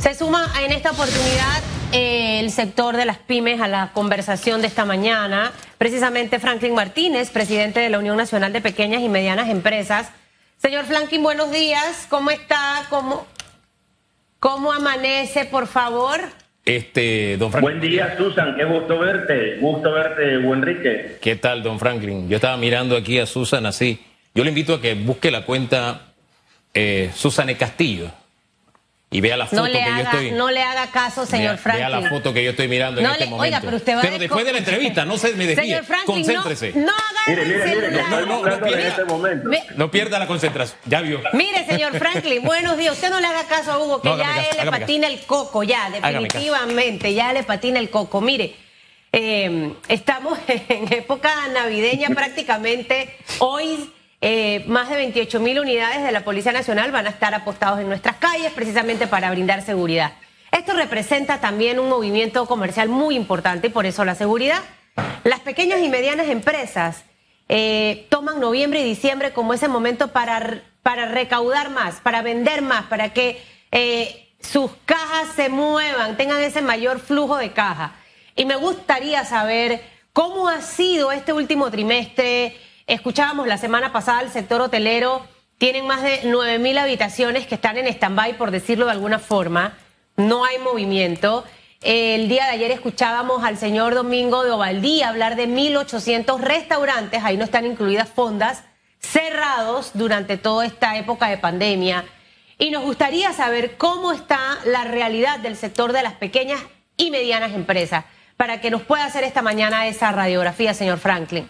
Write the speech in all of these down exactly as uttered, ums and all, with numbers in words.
Se suma en esta oportunidad eh, el sector de las pymes a la conversación de esta mañana. Precisamente Franklin Martínez, presidente de la Unión Nacional de Pequeñas y Medianas Empresas. Señor Franklin, buenos días. ¿Cómo está? ¿Cómo, cómo amanece, por favor? Este, don Franklin. Buen día, Susan. Qué gusto verte. Gusto verte, Enrique. ¿Qué tal, don Franklin? Yo estaba mirando aquí a Susan así. Yo le invito a que busque la cuenta eh, Susane Castillo. Y vea la foto no le que haga, yo estoy... No le haga caso, señor vea, Franklin. Vea la foto que yo estoy mirando no en este le, momento. Oiga, pero usted va Pero de después de la entrevista, no se me desvíe. Señor Franklin, concéntrese. No, no agarre mire, el mire, celular. mire, no, no, no, pierda, en este momento. no pierda la concentración. Ya vio. Mire, señor Franklin, buenos días. Usted no le haga caso a Hugo, que no, ya caso, él le patina caso. el coco, ya, definitivamente, ya le patina el coco. Mire, eh, estamos en época navideña prácticamente. Hoy eh, más de veintiocho mil unidades de la Policía Nacional van a estar apostados en nuestras calles precisamente para brindar seguridad. Esto representa también un movimiento comercial muy importante y por eso la seguridad. Las pequeñas y medianas empresas eh, toman noviembre y diciembre como ese momento para, para recaudar más, para vender más, para que eh, sus cajas se muevan, tengan ese mayor flujo de caja. Y me gustaría saber cómo ha sido este último trimestre. Escuchábamos la semana pasada el sector hotelero, tienen más de nueve mil habitaciones que están en stand-by, por decirlo de alguna forma. No hay movimiento. El día de ayer escuchábamos al señor Domingo de Ovaldía hablar de mil ochocientos restaurantes, ahí no están incluidas fondas, cerrados durante toda esta época de pandemia. Y nos gustaría saber cómo está la realidad del sector de las pequeñas y medianas empresas, para que nos pueda hacer esta mañana esa radiografía, señor Franklin.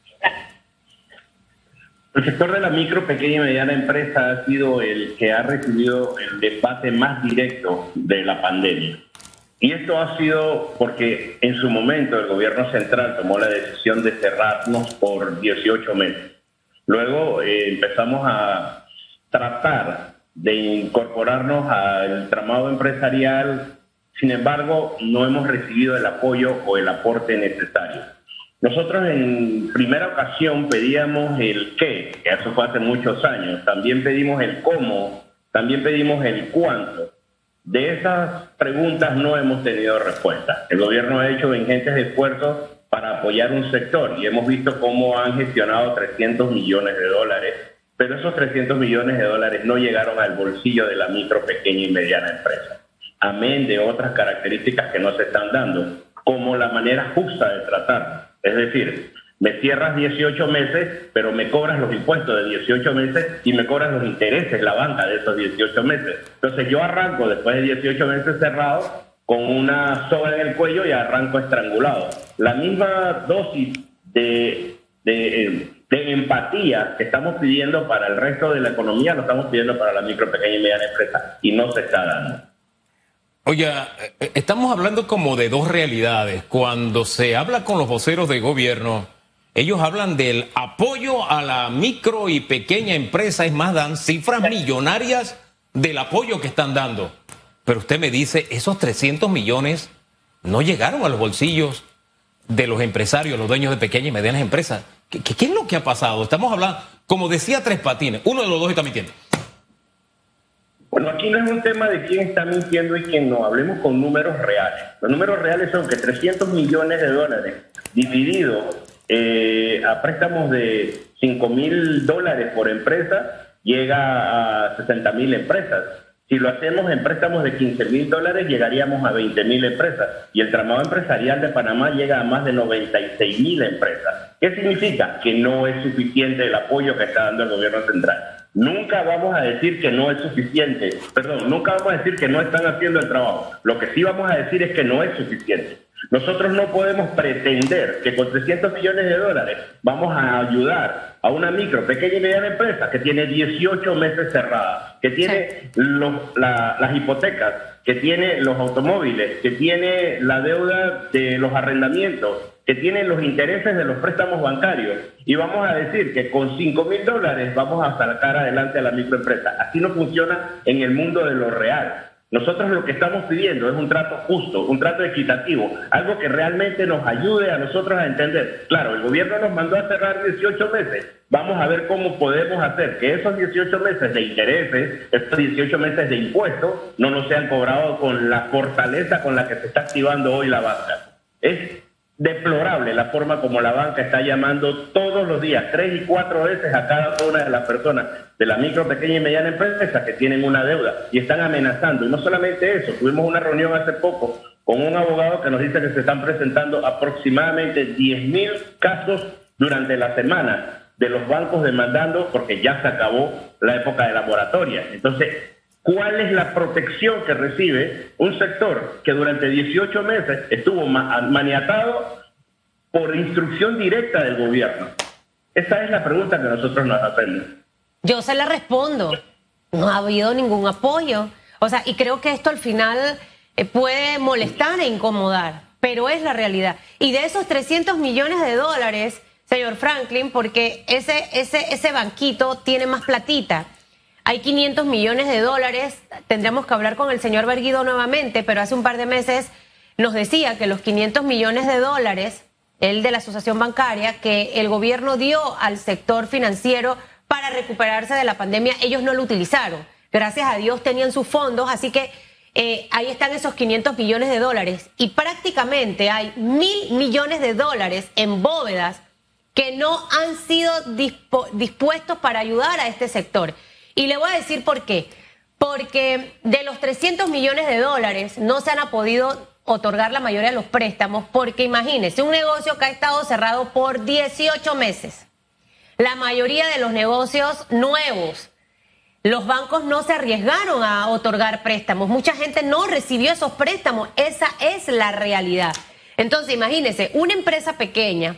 El sector de la micro, pequeña y mediana empresa ha sido el que ha recibido el debate más directo de la pandemia. Y esto ha sido porque en su momento el gobierno central tomó la decisión de cerrarnos por dieciocho meses. Luego eh, empezamos a tratar de incorporarnos al tramado empresarial. Sin embargo, no hemos recibido el apoyo o el aporte necesario. Nosotros en primera ocasión pedíamos el qué, que eso fue hace muchos años, también pedimos el cómo, también pedimos el cuánto. De esas preguntas no hemos tenido respuesta. El gobierno ha hecho ingentes esfuerzos para apoyar un sector y hemos visto cómo han gestionado trescientos millones de dólares, pero esos trescientos millones de dólares no llegaron al bolsillo de la micro, pequeña y mediana empresa, amén de otras características que no se están dando, como la manera justa de tratar. Es decir, me cierras dieciocho meses, pero me cobras los impuestos de dieciocho meses y me cobras los intereses, la banca de esos dieciocho meses. Entonces yo arranco después de dieciocho meses cerrado con una soga en el cuello y arranco estrangulado. La misma dosis de, de, de empatía que estamos pidiendo para el resto de la economía lo estamos pidiendo para la micro, pequeña y mediana empresa y no se está dando. Oiga, estamos hablando como de dos realidades. Cuando se habla con los voceros de gobierno, ellos hablan del apoyo a la micro y pequeña empresa, es más, dan cifras millonarias del apoyo que están dando. Pero usted me dice, esos trescientos millones no llegaron a los bolsillos de los empresarios, los dueños de pequeñas y medianas empresas. ¿Qué, qué, qué es lo que ha pasado? Estamos hablando, como decía Tres Patines, uno de los dos está mintiendo. Bueno, aquí no es un tema de quién está mintiendo y quién no. Hablemos con números reales. Los números reales son que trescientos millones de dólares divididos eh, a préstamos de cinco mil dólares por empresa llega a sesenta mil empresas. Si lo hacemos en préstamos de quince mil dólares, llegaríamos a veinte mil empresas. Y el tramado empresarial de Panamá llega a más de noventa y seis mil empresas. ¿Qué significa? Que no es suficiente el apoyo que está dando el gobierno central. Nunca vamos a decir que no es suficiente, perdón, nunca vamos a decir que no están haciendo el trabajo. Lo que sí vamos a decir es que no es suficiente. Nosotros no podemos pretender que con trescientos millones de dólares vamos a ayudar a una micro, pequeña y mediana empresa que tiene dieciocho meses cerrada, que tiene los, la, las hipotecas, que tiene los automóviles, que tiene la deuda de los arrendamientos, que tiene los intereses de los préstamos bancarios, y vamos a decir que con cinco mil dólares vamos a sacar adelante a la microempresa. Así no funciona en el mundo de lo real. Nosotros lo que estamos pidiendo es un trato justo, un trato equitativo, algo que realmente nos ayude a nosotros a entender. Claro, el gobierno nos mandó a cerrar dieciocho meses. Vamos a ver cómo podemos hacer que esos dieciocho meses de intereses, estos dieciocho meses de impuestos, no nos sean cobrados con la fortaleza con la que se está activando hoy la banca. Es deplorable la forma como la banca está llamando todos los días, tres y cuatro veces a cada una de las personas de la micro, pequeña y mediana empresa que tienen una deuda y están amenazando. Y no solamente eso, tuvimos una reunión hace poco con un abogado que nos dice que se están presentando aproximadamente diez mil casos durante la semana de los bancos demandando porque ya se acabó la época de la moratoria. Entonces, ¿cuál es la protección que recibe un sector que durante dieciocho meses estuvo maniatado por instrucción directa del gobierno? Esa es la pregunta que nosotros nos hacemos. Yo se la respondo. No ha habido ningún apoyo. O sea, y creo que esto al final eh, puede molestar e incomodar, pero es la realidad. Y de esos trescientos millones de dólares, señor Franklin, porque ese, ese, ese banquito tiene más platita. Hay quinientos millones de dólares, tendríamos que hablar con el señor Berguido nuevamente, pero hace un par de meses nos decía que los quinientos millones de dólares, el de la asociación bancaria, que el gobierno dio al sector financiero para recuperarse de la pandemia, ellos no lo utilizaron. Gracias a Dios tenían sus fondos, así que eh, ahí están esos quinientos millones de dólares. Y prácticamente hay mil millones de dólares en bóvedas que no han sido dispu- dispuestos para ayudar a este sector. Y le voy a decir por qué. Porque de los trescientos millones de dólares no se han podido otorgar la mayoría de los préstamos, porque imagínense, un negocio que ha estado cerrado por dieciocho meses. La mayoría de los negocios nuevos, los bancos no se arriesgaron a otorgar préstamos. Mucha gente no recibió esos préstamos. Esa es la realidad. Entonces, imagínense, una empresa pequeña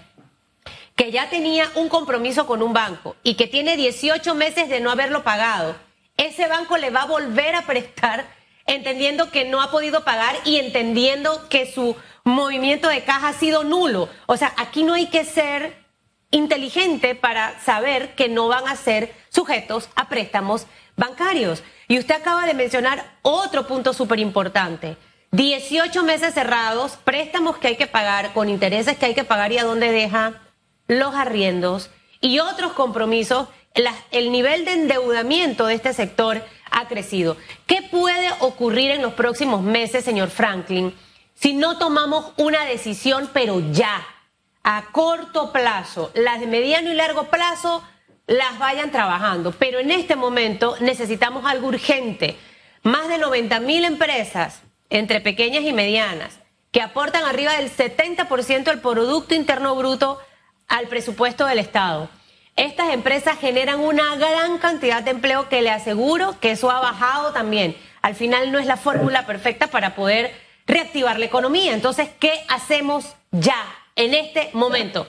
que ya tenía un compromiso con un banco y que tiene dieciocho meses de no haberlo pagado, ese banco le va a volver a prestar entendiendo que no ha podido pagar y entendiendo que su movimiento de caja ha sido nulo. O sea, aquí no hay que ser inteligente para saber que no van a ser sujetos a préstamos bancarios. Y usted acaba de mencionar otro punto súper importante. dieciocho meses cerrados, préstamos que hay que pagar, con intereses que hay que pagar y a dónde deja los arriendos y otros compromisos. La, el nivel de endeudamiento de este sector ha crecido. ¿Qué puede ocurrir en los próximos meses, señor Franklin, si no tomamos una decisión, pero ya, a corto plazo? Las de mediano y largo plazo las vayan trabajando, pero en este momento necesitamos algo urgente. Más de noventa mil empresas, entre pequeñas y medianas, que aportan arriba del setenta por ciento del Producto Interno Bruto al presupuesto del Estado. Estas empresas generan una gran cantidad de empleo que le aseguro que eso ha bajado también. Al final no es la fórmula perfecta para poder reactivar la economía. Entonces, ¿qué hacemos ya, en este momento?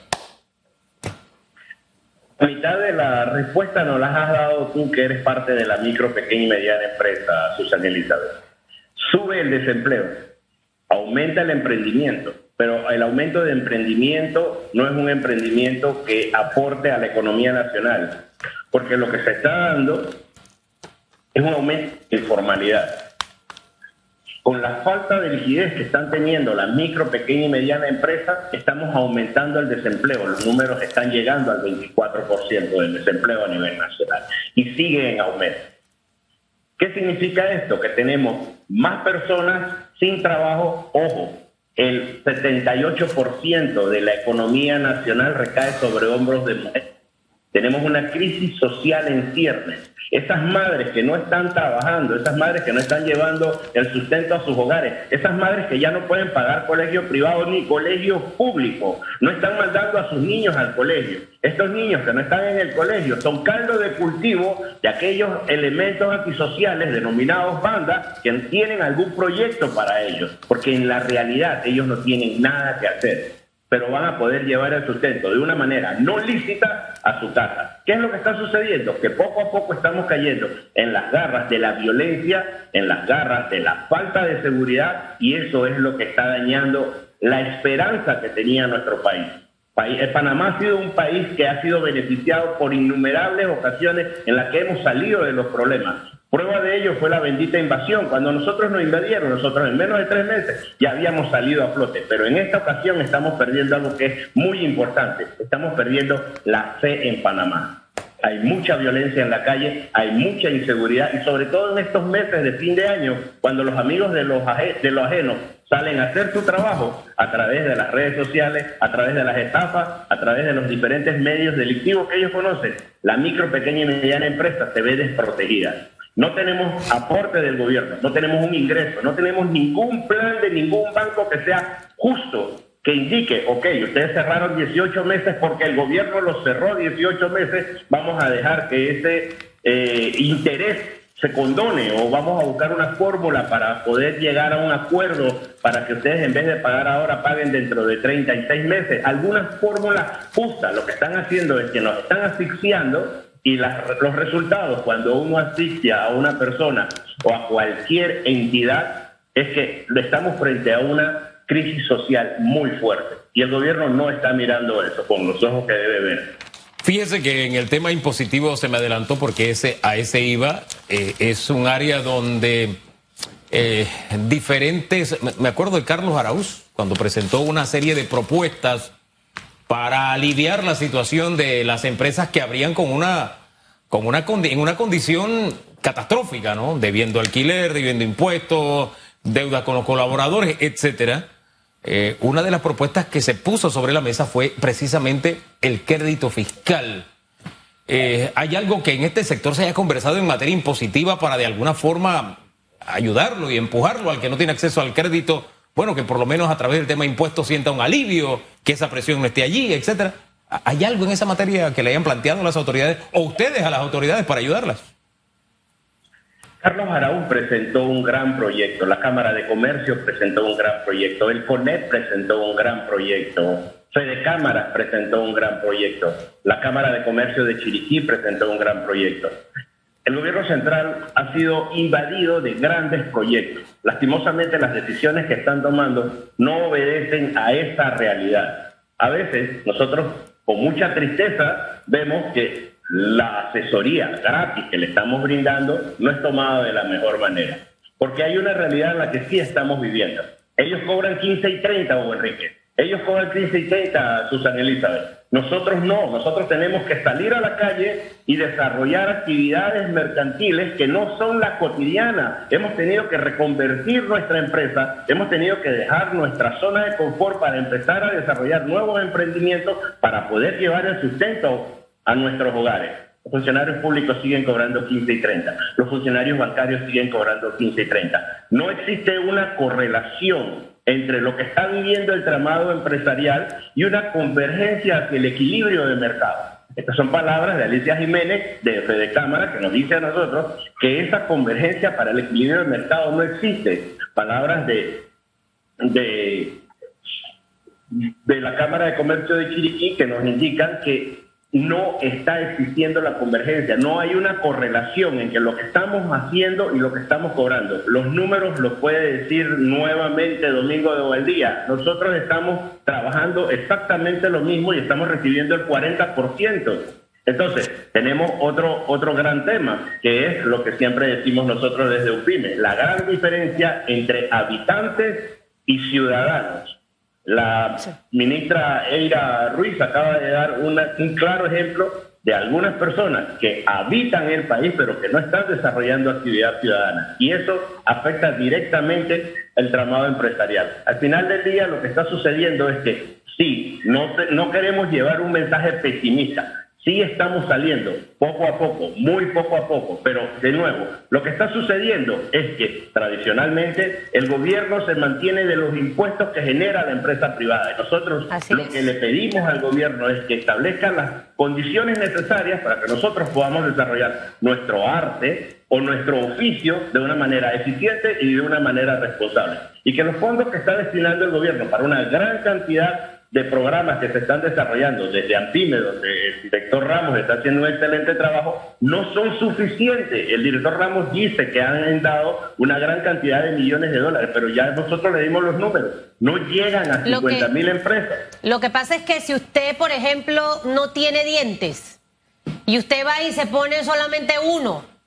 La mitad de la respuesta nos las has dado tú, que eres parte de la micro, pequeña y mediana empresa, Susana Elizabeth. Sube el desempleo, aumenta el emprendimiento, pero el aumento de emprendimiento no es un emprendimiento que aporte a la economía nacional, porque lo que se está dando es un aumento de informalidad. Con la falta de liquidez que están teniendo la micro, pequeña y mediana empresa, estamos aumentando el desempleo. Los números están llegando al veinticuatro por ciento del desempleo a nivel nacional y sigue en aumento. ¿Qué significa esto? Que tenemos más personas sin trabajo. Ojo, el setenta y ocho por ciento de la economía nacional recae sobre hombros de mujeres. Tenemos una crisis social en ciernes. Esas madres que no están trabajando, esas madres que no están llevando el sustento a sus hogares, esas madres que ya no pueden pagar colegio privado ni colegio público, no están mandando a sus niños al colegio. Estos niños que no están en el colegio son caldo de cultivo de aquellos elementos antisociales denominados bandas que tienen algún proyecto para ellos, porque en la realidad ellos no tienen nada que hacer, pero van a poder llevar el sustento de una manera no lícita a su casa. ¿Qué es lo que está sucediendo? Que poco a poco estamos cayendo en las garras de la violencia, en las garras de la falta de seguridad, y eso es lo que está dañando la esperanza que tenía nuestro país. Panamá ha sido un país que ha sido beneficiado por innumerables ocasiones en las que hemos salido de los problemas, Prueba de ello fue la bendita invasión. Cuando nosotros nos invadieron, nosotros en menos de tres meses ya habíamos salido a flote. Pero en esta ocasión estamos perdiendo algo que es muy importante. Estamos perdiendo la fe en Panamá. Hay mucha violencia en la calle, hay mucha inseguridad y sobre todo en estos meses de fin de año, cuando los amigos de los, de los ajenos salen a hacer su trabajo a través de las redes sociales, a través de las estafas, a través de los diferentes medios delictivos que ellos conocen, la micro, pequeña y mediana empresa se ve desprotegida. No tenemos aporte del gobierno, no tenemos un ingreso, no tenemos ningún plan de ningún banco que sea justo, que indique, ok, ustedes cerraron dieciocho meses porque el gobierno los cerró dieciocho meses, vamos a dejar que ese eh, interés se condone o vamos a buscar una fórmula para poder llegar a un acuerdo para que ustedes en vez de pagar ahora paguen dentro de treinta y seis meses. Alguna fórmula justa. Lo que están haciendo es que nos están asfixiando y las, los resultados cuando uno asfixia a una persona o a cualquier entidad es que estamos frente a una crisis social muy fuerte y el gobierno no está mirando eso con los ojos que debe ver. Fíjese que en el tema impositivo se me adelantó porque ese a ese iba, eh, es un área donde eh, diferentes, me acuerdo de Carlos Araúz cuando presentó una serie de propuestas para aliviar la situación de las empresas que habrían con una, con una en una condición catastrófica, ¿no? Debiendo alquiler, debiendo impuestos, deuda con los colaboradores, etcétera. Eh, una de las propuestas que se puso sobre la mesa fue precisamente el crédito fiscal. Eh, ¿Hay algo que en este sector se haya conversado en materia impositiva para de alguna forma ayudarlo y empujarlo al que no tiene acceso al crédito? Bueno, que por lo menos a través del tema de impuestos sienta un alivio, que esa presión no esté allí, etcétera. ¿Hay algo en esa materia que le hayan planteado las autoridades o ustedes a las autoridades para ayudarlas? Carlos Araúz presentó un gran proyecto, la Cámara de Comercio presentó un gran proyecto, el CONEP presentó un gran proyecto, Fede Cámaras presentó un gran proyecto, la Cámara de Comercio de Chiriquí presentó un gran proyecto. El gobierno central ha sido invadido de grandes proyectos. Lastimosamente las decisiones que están tomando no obedecen a esa realidad. A veces nosotros con mucha tristeza vemos que la asesoría gratis que le estamos brindando no es tomada de la mejor manera. Porque hay una realidad en la que sí estamos viviendo. Ellos cobran quince y treinta, Hugo Enrique. Ellos cobran quince y treinta, Susana Elizabeth. Nosotros no. Nosotros tenemos que salir a la calle y desarrollar actividades mercantiles que no son las cotidianas. Hemos tenido que reconvertir nuestra empresa, hemos tenido que dejar nuestra zona de confort para empezar a desarrollar nuevos emprendimientos para poder llevar el sustento a nuestros hogares. Los funcionarios públicos siguen cobrando quince y treinta. Los funcionarios bancarios siguen cobrando quince y treinta. No existe una correlación entre lo que está viviendo el tramado empresarial y una convergencia hacia el equilibrio de mercado. Estas son palabras de Alicia Jiménez, de Fede Cámara, que nos dice a nosotros que esa convergencia para el equilibrio del mercado no existe. Palabras de, de, de la Cámara de Comercio de Chiriquí que nos indican que no está existiendo la convergencia, no hay una correlación entre lo que estamos haciendo y lo que estamos cobrando. Los números los puede decir nuevamente Domingo de Bobadilla. Nosotros estamos trabajando exactamente lo mismo y estamos recibiendo el cuarenta por ciento. Entonces, tenemos otro, otro gran tema, que es lo que siempre decimos nosotros desde UPYME, la gran diferencia entre habitantes y ciudadanos. La ministra Eira Ruiz acaba de dar una, un claro ejemplo de algunas personas que habitan el país pero que no están desarrollando actividad ciudadana. Y eso afecta directamente el tramado empresarial. Al final del día lo que está sucediendo es que sí, no, no queremos llevar un mensaje pesimista. Sí estamos saliendo poco a poco, muy poco a poco, pero de nuevo, lo que está sucediendo es que tradicionalmente el gobierno se mantiene de los impuestos que genera la empresa privada. Y nosotros Así lo es. que le pedimos al gobierno es que establezcan las condiciones necesarias para que nosotros podamos desarrollar nuestro arte o nuestro oficio de una manera eficiente y de una manera responsable. Y que los fondos que está destinando el gobierno para una gran cantidad de programas que se están desarrollando desde AMPYME, donde el director Ramos está haciendo un excelente trabajo, no son suficientes. El director Ramos dice que han dado una gran cantidad de millones de dólares, pero ya nosotros le dimos los números. No llegan a cincuenta mil empresas. Lo que pasa es que si usted, por ejemplo, no tiene dientes y usted va y se pone solamente uno,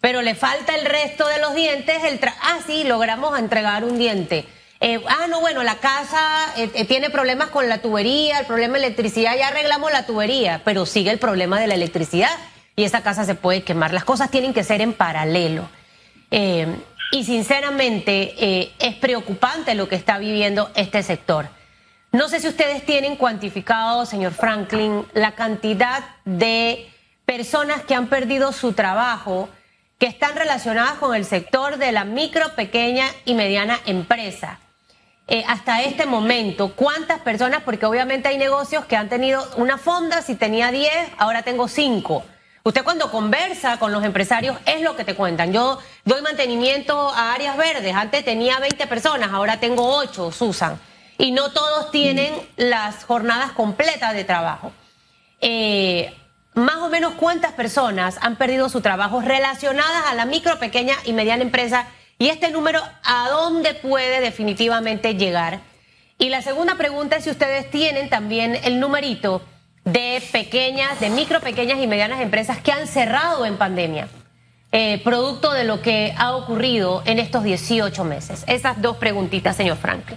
pero le falta el resto de los dientes. El tra ah, sí, logramos entregar un diente. Eh, ah, no, bueno, la casa eh, eh, tiene problemas con la tubería, el problema de electricidad, ya arreglamos la tubería, pero sigue el problema de la electricidad y esa casa se puede quemar. Las cosas tienen que ser en paralelo. Eh, y sinceramente eh, es preocupante lo que está viviendo este sector. No sé si ustedes tienen cuantificado, señor Franklin, la cantidad de personas que han perdido su trabajo, que están relacionadas con el sector de la micro, pequeña y mediana empresa. Eh, hasta este momento, ¿cuántas personas? Porque obviamente hay negocios que han tenido una fonda, si tenía diez, ahora tengo cinco. Usted cuando conversa con los empresarios es lo que te cuentan. Yo doy mantenimiento a áreas verdes, antes tenía veinte personas, ahora tengo ocho, Susan. Y no todos tienen las jornadas completas de trabajo. Eh, más o menos cuántas personas han perdido su trabajo relacionadas a la micro, pequeña y mediana empresa, y este número a dónde puede definitivamente llegar. Y la segunda pregunta es si ustedes tienen también el numerito de pequeñas, de micro, pequeñas y medianas empresas que han cerrado en pandemia, eh, producto de lo que ha ocurrido en estos dieciocho meses. Esas dos preguntitas, señor Franklin.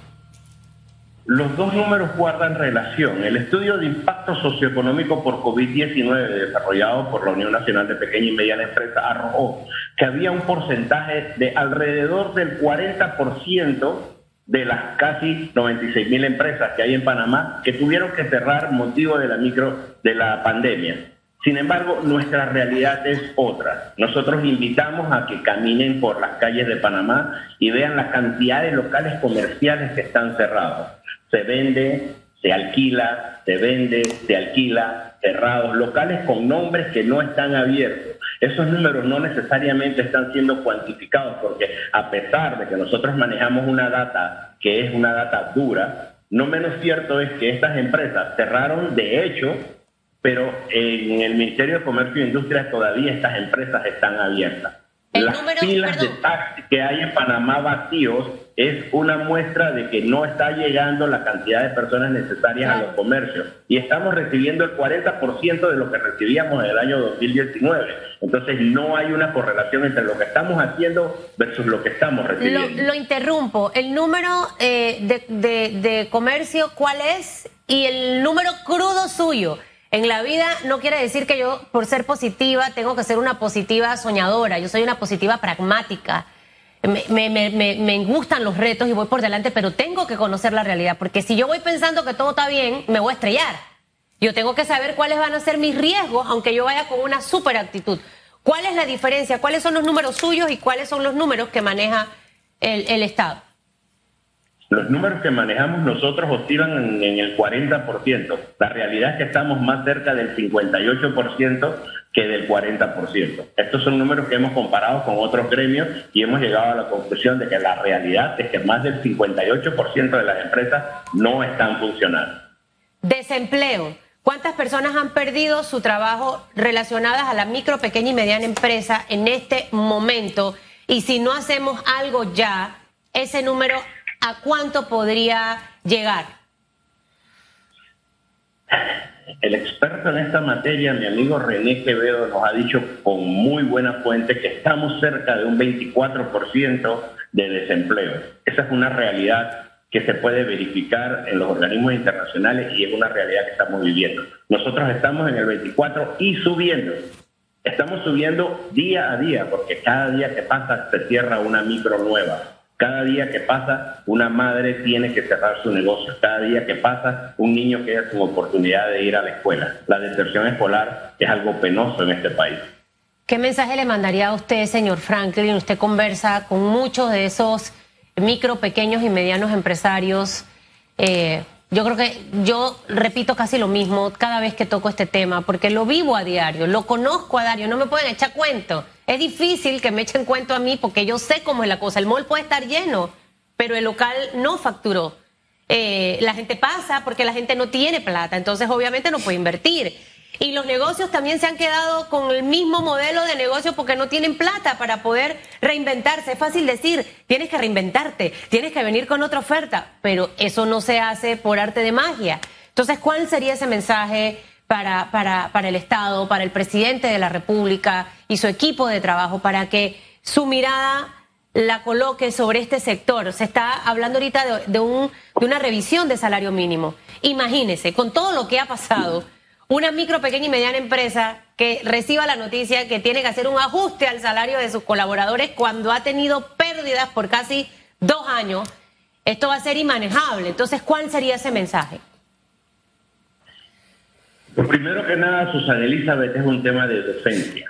Los dos números guardan relación. El estudio de impacto socioeconómico por COVID diecinueve desarrollado por la Unión Nacional de Pequeña y Mediana Empresa arrojó que había un porcentaje de alrededor del cuarenta por ciento de las casi noventa y seis mil empresas que hay en Panamá que tuvieron que cerrar motivo de la micro de la pandemia. Sin embargo, nuestra realidad es otra. Nosotros invitamos a que caminen por las calles de Panamá y vean la cantidad de locales comerciales que están cerrados. Se vende, se alquila, se vende, se alquila, cerrados, locales con nombres que no están abiertos. Esos números no necesariamente están siendo cuantificados porque a pesar de que nosotros manejamos una data que es una data dura, no menos cierto es que estas empresas cerraron de hecho, pero en el Ministerio de Comercio e Industria todavía estas empresas están abiertas. Las número, filas perdón. de taxis que hay en Panamá vacíos es una muestra de que no está llegando la cantidad de personas necesarias claro. a los comercios. Y estamos recibiendo el cuarenta por ciento de lo que recibíamos en el año dos mil diecinueve. Entonces no hay una correlación entre lo que estamos haciendo versus lo que estamos recibiendo. Lo, lo interrumpo. El número eh, de, de, de comercio, ¿cuál es? Y el número crudo suyo. En la vida no quiere decir que yo, por ser positiva, tengo que ser una positiva soñadora. Yo soy una positiva pragmática. Me, me, me, me gustan los retos y voy por delante, pero tengo que conocer la realidad. Porque si yo voy pensando que todo está bien, me voy a estrellar. Yo tengo que saber cuáles van a ser mis riesgos, aunque yo vaya con una súper actitud. ¿Cuál es la diferencia? ¿Cuáles son los números suyos y cuáles son los números que maneja el, el Estado? Los números que manejamos nosotros oscilan en, en el cuarenta por ciento. La realidad es que estamos más cerca del cincuenta y ocho por ciento que del cuarenta por ciento. Estos son números que hemos comparado con otros gremios y hemos llegado a la conclusión de que la realidad es que más del cincuenta y ocho por ciento de las empresas no están funcionando. Desempleo. ¿Cuántas personas han perdido su trabajo relacionadas a la micro, pequeña y mediana empresa en este momento? Y si no hacemos algo ya, ese número, ¿a cuánto podría llegar? El experto en esta materia, mi amigo René Quevedo, nos ha dicho con muy buena fuente que estamos cerca de un veinticuatro por ciento de desempleo. Esa es una realidad que se puede verificar en los organismos internacionales y es una realidad que estamos viviendo. Nosotros estamos en el veinticuatro y subiendo. Estamos subiendo día a día porque cada día que pasa se cierra una micro nueva. Cada día que pasa, una madre tiene que cerrar su negocio. Cada día que pasa, un niño queda sin oportunidad de ir a la escuela. La deserción escolar es algo penoso en este país. ¿Qué mensaje le mandaría a usted, señor Franklin? Usted conversa con muchos de esos micro, pequeños y medianos empresarios. Eh, yo creo que yo repito casi lo mismo cada vez que toco este tema, porque lo vivo a diario, lo conozco a diario, no me pueden echar cuento. Es difícil que me echen cuento a mí porque yo sé cómo es la cosa. El mall puede estar lleno, pero el local no facturó. Eh, la gente pasa porque la gente no tiene plata, entonces obviamente no puede invertir. Y los negocios también se han quedado con el mismo modelo de negocio porque no tienen plata para poder reinventarse. Es fácil decir, tienes que reinventarte, tienes que venir con otra oferta, pero eso no se hace por arte de magia. Entonces, ¿cuál sería ese mensaje para, para, para el Estado, para el presidente de la República y su equipo de trabajo, para que su mirada la coloque sobre este sector. Se está hablando ahorita de, de, un, de una revisión de salario mínimo. Imagínese, con todo lo que ha pasado, una micro, pequeña y mediana empresa que reciba la noticia que tiene que hacer un ajuste al salario de sus colaboradores cuando ha tenido pérdidas por casi dos años, esto va a ser inmanejable. Entonces, ¿cuál sería ese mensaje? Pues primero que nada, Susana Elizabeth, es un tema de docencia.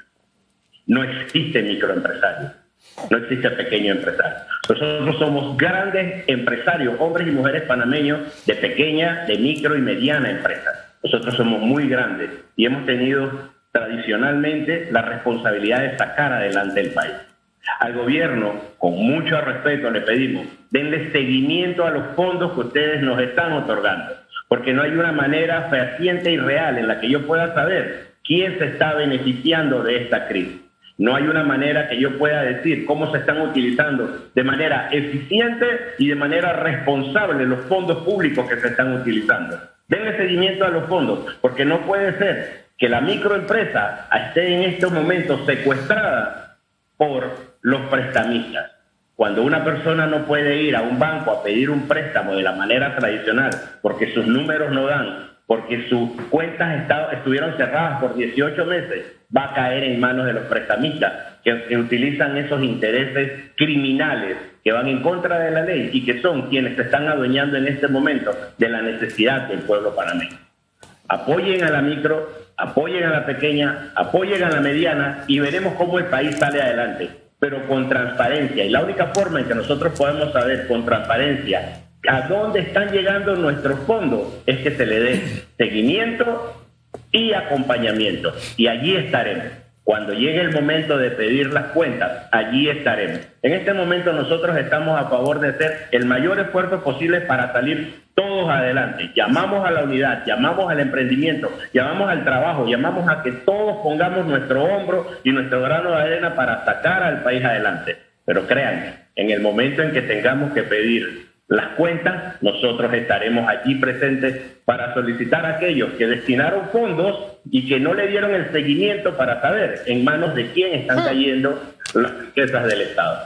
No existe microempresario, no existe pequeño empresario. Nosotros somos grandes empresarios, hombres y mujeres panameños de pequeña, de micro y mediana empresa. Nosotros somos muy grandes y hemos tenido tradicionalmente la responsabilidad de sacar adelante el país. Al gobierno, con mucho respeto, le pedimos, denle seguimiento a los fondos que ustedes nos están otorgando, porque no hay una manera fehaciente y real en la que yo pueda saber quién se está beneficiando de esta crisis. No hay una manera que yo pueda decir cómo se están utilizando de manera eficiente y de manera responsable los fondos públicos que se están utilizando. Denle seguimiento a los fondos, porque no puede ser que la microempresa esté en estos momentos secuestrada por los prestamistas. Cuando una persona no puede ir a un banco a pedir un préstamo de la manera tradicional, porque sus números no dan, porque sus cuentas estado, estuvieron cerradas por dieciocho meses, va a caer en manos de los prestamistas que, que utilizan esos intereses criminales que van en contra de la ley y que son quienes se están adueñando en este momento de la necesidad del pueblo panameño. Apoyen a la micro, apoyen a la pequeña, apoyen a la mediana y veremos cómo el país sale adelante, pero con transparencia. Y la única forma en que nosotros podemos saber con transparencia a dónde están llegando nuestros fondos es que se le dé seguimiento y acompañamiento. Y allí estaremos. Cuando llegue el momento de pedir las cuentas, allí estaremos. En este momento nosotros estamos a favor de hacer el mayor esfuerzo posible para salir todos adelante. Llamamos a la unidad, llamamos al emprendimiento, llamamos al trabajo, llamamos a que todos pongamos nuestro hombro y nuestro grano de arena para sacar al país adelante. Pero créanme, en el momento en que tengamos que pedir las cuentas, nosotros estaremos allí presentes para solicitar a aquellos que destinaron fondos y que no le dieron el seguimiento para saber en manos de quién están cayendo las riquezas del Estado.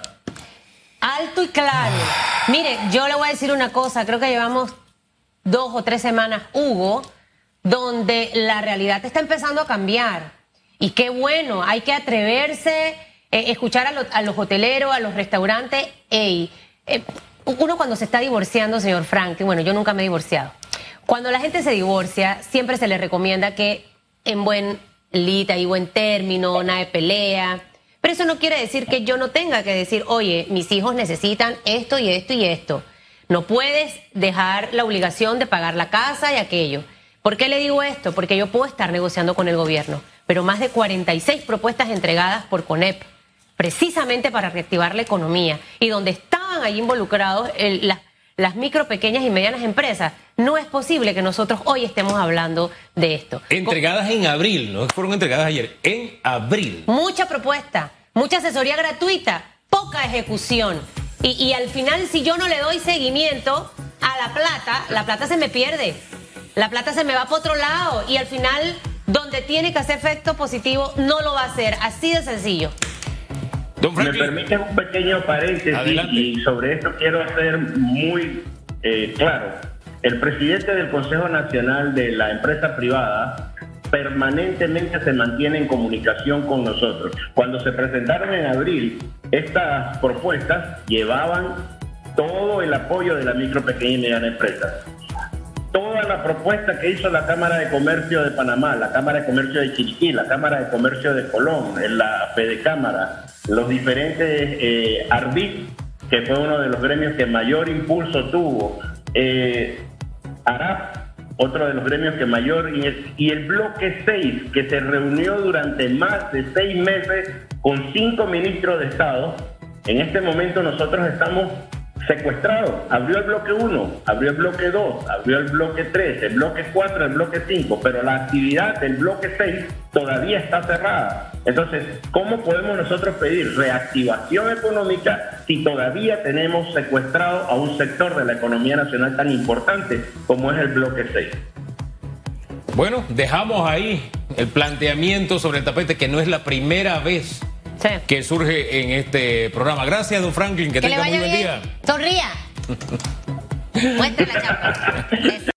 Alto y claro. Mire, yo le voy a decir una cosa, creo que llevamos dos o tres semanas, Hugo, donde la realidad está empezando a cambiar. Y qué bueno, hay que atreverse, eh, escuchar a, lo, a los hoteleros, a los restaurantes. Ey, eh, uno cuando se está divorciando, señor Frank, bueno, yo nunca me he divorciado. Cuando la gente se divorcia, siempre se le recomienda que en buen lita y buen término, nada de pelea. Pero eso no quiere decir que yo no tenga que decir, oye, mis hijos necesitan esto y esto y esto. No puedes dejar la obligación de pagar la casa y aquello. ¿Por qué le digo esto? Porque yo puedo estar negociando con el gobierno, pero más de cuarenta y seis propuestas entregadas por CONEP, precisamente para reactivar la economía, y donde estaban ahí involucrados el, las, las micro, pequeñas y medianas empresas. No es posible que nosotros hoy estemos hablando de esto. Entregadas en abril, no fueron entregadas ayer, en abril. Mucha propuesta, mucha asesoría gratuita, poca ejecución. Y, y al final, si yo no le doy seguimiento a la plata, la plata se me pierde. La plata se me va para otro lado y al final, donde tiene que hacer efecto positivo, no lo va a hacer. Así de sencillo. Don Franklin, me permiten un pequeño paréntesis. Adelante. Y sobre esto quiero ser muy eh, claro. El presidente del Consejo Nacional de la Empresa Privada permanentemente se mantiene en comunicación con nosotros. Cuando se presentaron en abril, estas propuestas llevaban todo el apoyo de la micro, pequeña y mediana empresa. Toda la propuesta que hizo la Cámara de Comercio de Panamá, la Cámara de Comercio de Chiriquí, la Cámara de Comercio de Colón, la Fedecámara, los diferentes eh, ARBIC, que fue uno de los gremios que mayor impulso tuvo, eh, ARAP, otro de los gremios que mayor, y el, y el bloque seis, que se reunió durante más de seis meses con cinco ministros de Estado. En este momento nosotros estamos secuestrados. Abrió el bloque uno, abrió el bloque dos, abrió el bloque tres, el bloque cuatro, el bloque cinco, pero la actividad del bloque seis todavía está cerrada. Entonces, ¿cómo podemos nosotros pedir reactivación económica si todavía tenemos secuestrado a un sector de la economía nacional tan importante como es el bloque seis? Bueno, dejamos ahí el planteamiento sobre el tapete, que no es la primera vez sí. que surge en este programa. Gracias, don Franklin, que, que tenga muy buen bien. día. Sonría. Muestra la chapa.